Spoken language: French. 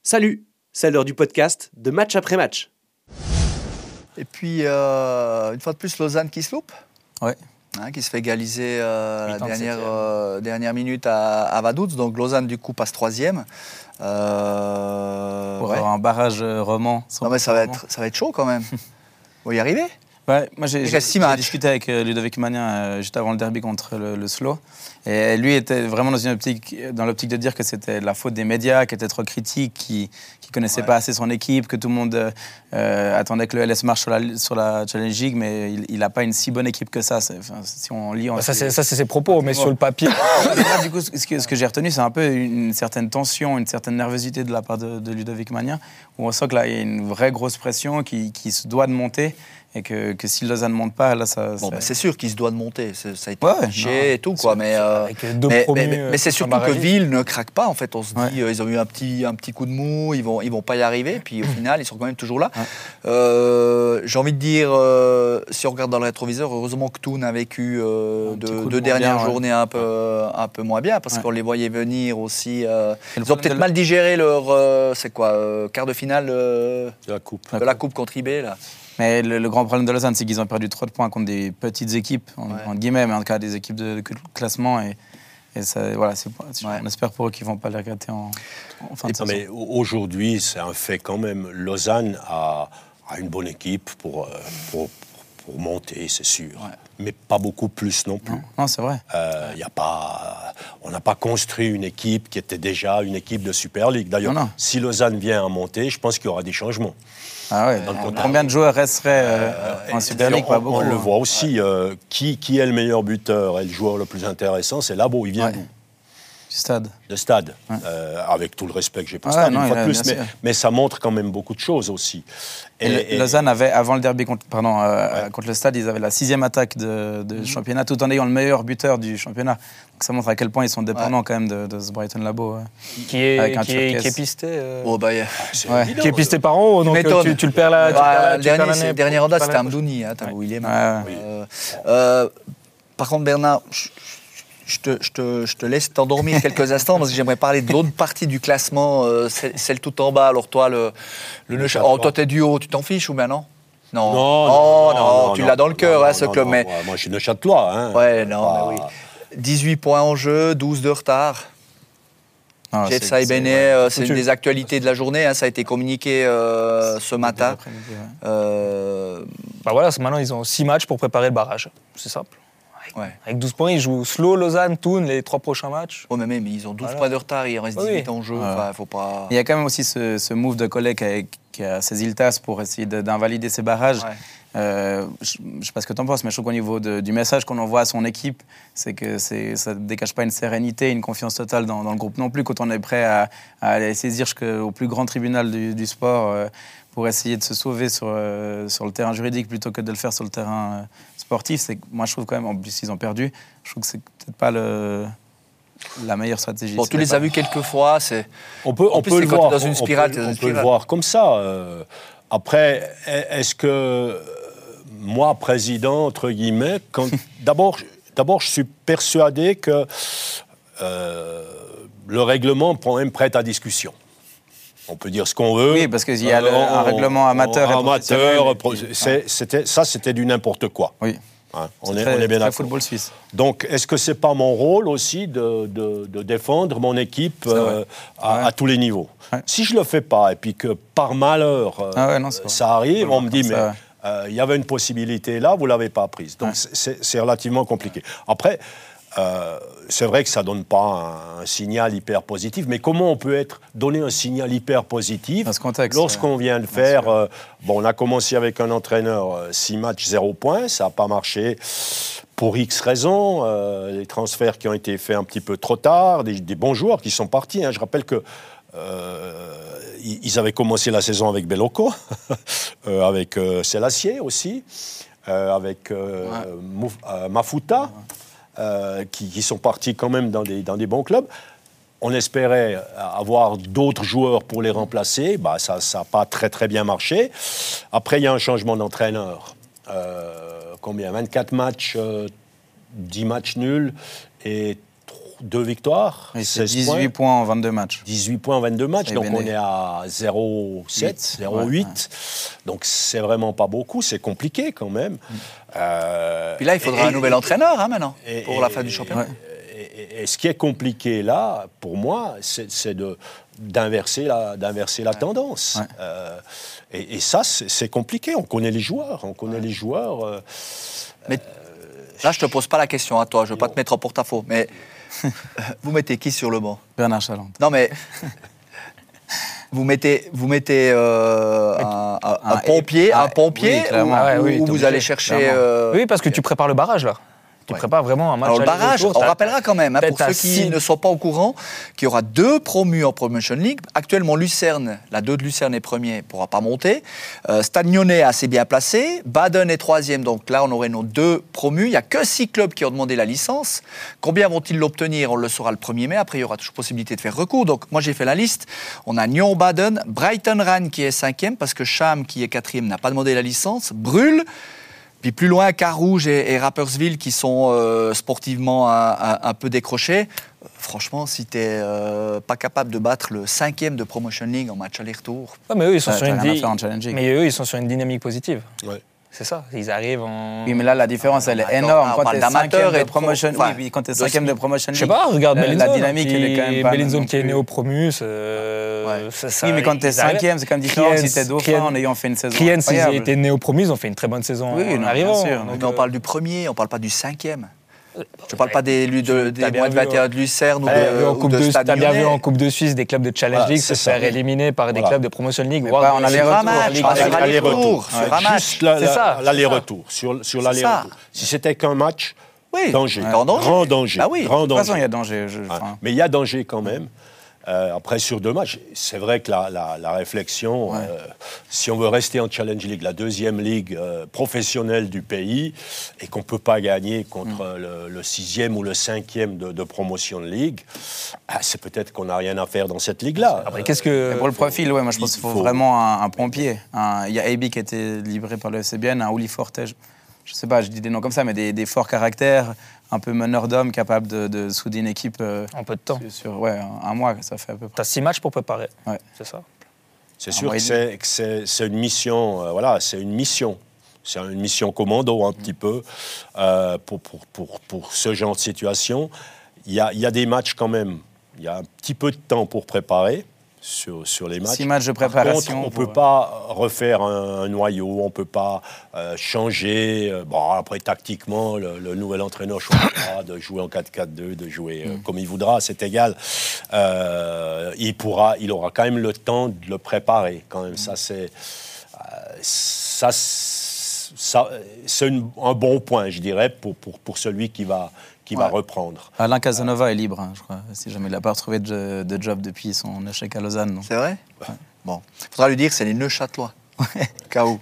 Salut, c'est l'heure du podcast de match après match. Et puis, une fois de plus, Lausanne qui se loupe. Ouais. Qui se fait égaliser la dernière minute à Vaduz. Donc Lausanne, du coup, passe troisième. Pour avoir un barrage roman. Non, mais ça va être chaud quand même. Vous y arriver? Ouais, moi j'ai discuté avec Ludovic Magnin juste avant le derby contre le Slow. Et lui était vraiment dans l'optique de dire que c'était la faute des médias, qui étaient trop critiques, qui connaissaient pas assez son équipe, que tout le monde attendait que le LS marche sur la Challenge League, mais il n'a pas une si bonne équipe que ça. Si on lit, ça c'est ses propos, mais sur le papier. Là, du coup, ce que j'ai retenu, c'est un peu une certaine tension, une certaine nervosité de la part de Ludovic Magnin, où on sent que là, il y a une vraie grosse pression qui se doit de monter. Et que si Lausanne ne monte pas, là, ça... Bon, c'est sûr qu'il se doit de monter. Ça a été affiché et tout, quoi. Mais c'est surtout que Ville ne craque pas, en fait. On se dit, ils ont eu un petit coup de mou, ils vont pas y arriver. Puis au final, ils sont quand même toujours là. J'ai envie de dire, si on regarde dans le rétroviseur, heureusement que Thun a vécu deux dernières journées un peu moins bien, parce qu'on les voyait venir aussi. Ils ont peut-être mal digéré leur quart de finale de la Coupe contre IB, là. Mais le grand problème de Lausanne, c'est qu'ils ont perdu trop de points contre des petites équipes, entre guillemets, mais en tout cas des équipes de classement. Et ça, voilà, on espère pour eux qu'ils ne vont pas les regretter en fin de saison. Mais aujourd'hui, c'est un fait quand même. Lausanne a une bonne équipe pour monter, c'est sûr. Ouais. Mais pas beaucoup plus non plus. Non, c'est vrai. On n'a pas construit une équipe qui était déjà une équipe de Super League. D'ailleurs, si Lausanne vient à monter, je pense qu'il y aura des changements. Ah ouais, combien de joueurs resteraient en Super League? Pas beaucoup. On le voit aussi. Qui est le meilleur buteur et le joueur le plus intéressant? C'est Labo. Il vient d'où? Du Stade. De Stade. Ouais. Avec tout le respect que j'ai pour Stade, une fois de plus. Mais ça montre quand même beaucoup de choses aussi. Et Lausanne avait, avant le derby contre le Stade, ils avaient la 6e attaque de championnat, tout en ayant le meilleur buteur du championnat. Donc ça montre à quel point ils sont dépendants quand même de ce Brighton Labo. Qui est pisté. Qui est pisté par en haut, donc tu le perds là. Le dernier en date, c'était Amdouni, où il est mort. Par contre, Bernard, je te laisse t'endormir quelques instants parce que j'aimerais parler de l'autre partie du classement, celle tout en bas. Alors toi, le Neuchâtel. Oh, toi, t'es du haut, tu t'en fiches ou bien non? Non, tu l'as dans le cœur, ce club. Mais... moi, je suis Neuchâtelois. Hein. Ouais, non, mais oui. 18 points en jeu, 12 de retard. Jeff Saibene, c'est une des actualités de la journée. Ça a été communiqué ce matin. Voilà, maintenant, ils ont 6 matchs pour préparer le barrage. C'est simple. Avec 12 points, ils jouent Slow, Lausanne, Thun, les 3 prochains matchs. Mais ils ont 12 points de retard, il reste 18 en jeu. Faut pas... Il y a quand même aussi ce move de collègue qui a saisi le TAS pour essayer d'invalider ces barrages. Je ne sais pas ce que tu en penses, mais je trouve qu'au niveau du message qu'on envoie à son équipe, c'est que ça ne dégage pas une sérénité, une confiance totale dans le groupe non plus, quand on est prêt à aller saisir jusqu'au plus grand tribunal du sport pour essayer de se sauver sur le terrain juridique plutôt que de le faire sur le terrain sportif. Moi, je trouve quand même, en plus, ils ont perdu. Je trouve que c'est peut-être pas la meilleure stratégie. Bon, tu les as vus quelques fois. On peut le voir. Dans une spirale, on peut le voir comme ça. Après, est-ce que moi, président, entre guillemets, d'abord, je suis persuadé que le règlement même prête à discussion. On peut dire ce qu'on veut. Oui, parce qu'il y a un règlement amateur et professionnel. C'était du n'importe quoi. Oui. On est bien d'accord. Football suisse. Donc, est-ce que c'est pas mon rôle aussi de défendre mon équipe à tous les niveaux? Si je le fais pas et puis que par malheur ça arrive, on me dit mais il y avait une possibilité là, vous l'avez pas prise. Donc c'est relativement compliqué. Après. C'est vrai que ça ne donne pas un signal hyper positif, mais comment on peut donner un signal hyper positif lorsqu'on vient de faire... on a commencé avec un entraîneur, 6 matchs, 0 points, ça n'a pas marché pour X raisons, les transferts qui ont été faits un petit peu trop tard, des bons joueurs qui sont partis. Je rappelle que ils avaient commencé la saison avec Belloco, avec Sélassié aussi, avec Mafuta. Qui sont partis quand même dans des bons clubs. On espérait avoir d'autres joueurs pour les remplacer. Ça n'a pas très, très bien marché. Après, il y a un changement d'entraîneur. 24 matchs, 10 matchs nuls et 2 victoires, oui, 18 points en 22 matchs. 18 points en 22 matchs, donc on est à 0,7, 0,8. Donc c'est vraiment pas beaucoup, c'est compliqué quand même. Puis là, il faudra un nouvel entraîneur maintenant, pour la fin du championnat. Et ce qui est compliqué là, pour moi, c'est d'inverser la tendance. Et ça, c'est compliqué. On connaît les joueurs. Mais là, je ne te pose pas la question à toi. Je ne veux pas te mettre en porte-à-faux. Mais vous mettez qui sur le banc? Bernard Chalante. Non, mais... Vous mettez un pompier, oui, ou vous allez chercher... Oui, parce que tu prépares le barrage, là. Tu prépares vraiment un match. Alors, le barrage, on rappellera quand même, pour ceux qui ne sont pas au courant, qu'il y aura 2 promus en Promotion League. Actuellement, Lucerne, la 2 de Lucerne est premier, ne pourra pas monter. Stade Lyonnais est assez bien placé. Baden est 3e, donc là, on aurait nos 2 promus. Il n'y a que 6 clubs qui ont demandé la licence. Combien vont-ils l'obtenir? On le saura le 1er mai. Après, il y aura toujours possibilité de faire recours. Donc, moi, j'ai fait la liste. On a Nyon-Baden, Brighton-Rann qui est 5e, parce que Cham, qui est 4e, n'a pas demandé la licence. Brûle. Puis plus loin, Carouge et Rapperswil qui sont sportivement un peu décrochés. Franchement, si tu n'es pas capable de battre le 5e de Promotion League en match aller-retour... mais eux, ils sont sur une dynamique positive. Ouais. C'est ça, ils arrivent en... Oui, mais là, la différence, elle est énorme. Quand tu es 5e de Promotion League, oui, quand tu es 5e de Promotion League... Je sais pas, regarde Bellinzone. La dynamique, elle est quand même pas... Bellinzone qui est néo-promus, oui, mais quand tu es 5e, c'est quand même différent si tu es dauphin en ayant fait une saison incroyable. Kriens, ils étaient néo-promus, ils ont fait une très bonne saison en arrivant. Mais on parle du premier, on ne parle pas du 5e. Je ne parle pas des moins de 21 de Lucerne ou de Stade Lyonnais. Tu as bien vu en Coupe de Suisse des clubs de Challenge League se faire éliminer par des clubs de Promotion League. On a aller-retour. C'est ça. L'aller-retour. Sur l'aller-retour. Si c'était qu'un match, danger. Grand danger. De toute façon, il y a danger. Mais il y a danger quand même. Après, sur 2 matchs, c'est vrai que la réflexion, si on veut rester en Challenge League, la 2e ligue professionnelle du pays, et qu'on ne peut pas gagner contre le 6e ou le 5e de Promotion League, c'est peut-être qu'on n'a rien à faire dans cette ligue-là. Après, pour le profil, moi je pense qu'il faut vraiment un pompier. Il y a AB qui a été libéré par le FCBN, un Uli Fortej. Je ne sais pas, je dis des noms comme ça, mais des forts caractères, un peu meneur d'homme, capable de souder une équipe en peu de temps. Sur un mois, ça fait à peu près. Tu as 6 matchs pour préparer, c'est ça. C'est sûr que c'est une mission, c'est une mission. C'est une mission commando un petit peu pour ce genre de situation. Il y a des matchs quand même, il y a un petit peu de temps pour préparer. Sur les matchs. 6 matchs de préparation. Par contre, on ne peut pas refaire un noyau, on ne peut pas changer. Après, tactiquement, le nouvel entraîneur choisira de jouer en 4-4-2, de jouer comme il voudra, c'est égal. Il aura quand même le temps de le préparer. Quand même, ça, c'est un bon point, je dirais, pour celui qui va reprendre. Alain Casanova est libre, je crois, si jamais il n'a pas retrouvé de job depuis son échec à Lausanne. C'est vrai ? Bon, il faudra lui dire que c'est les Neuchâtelois. K.O.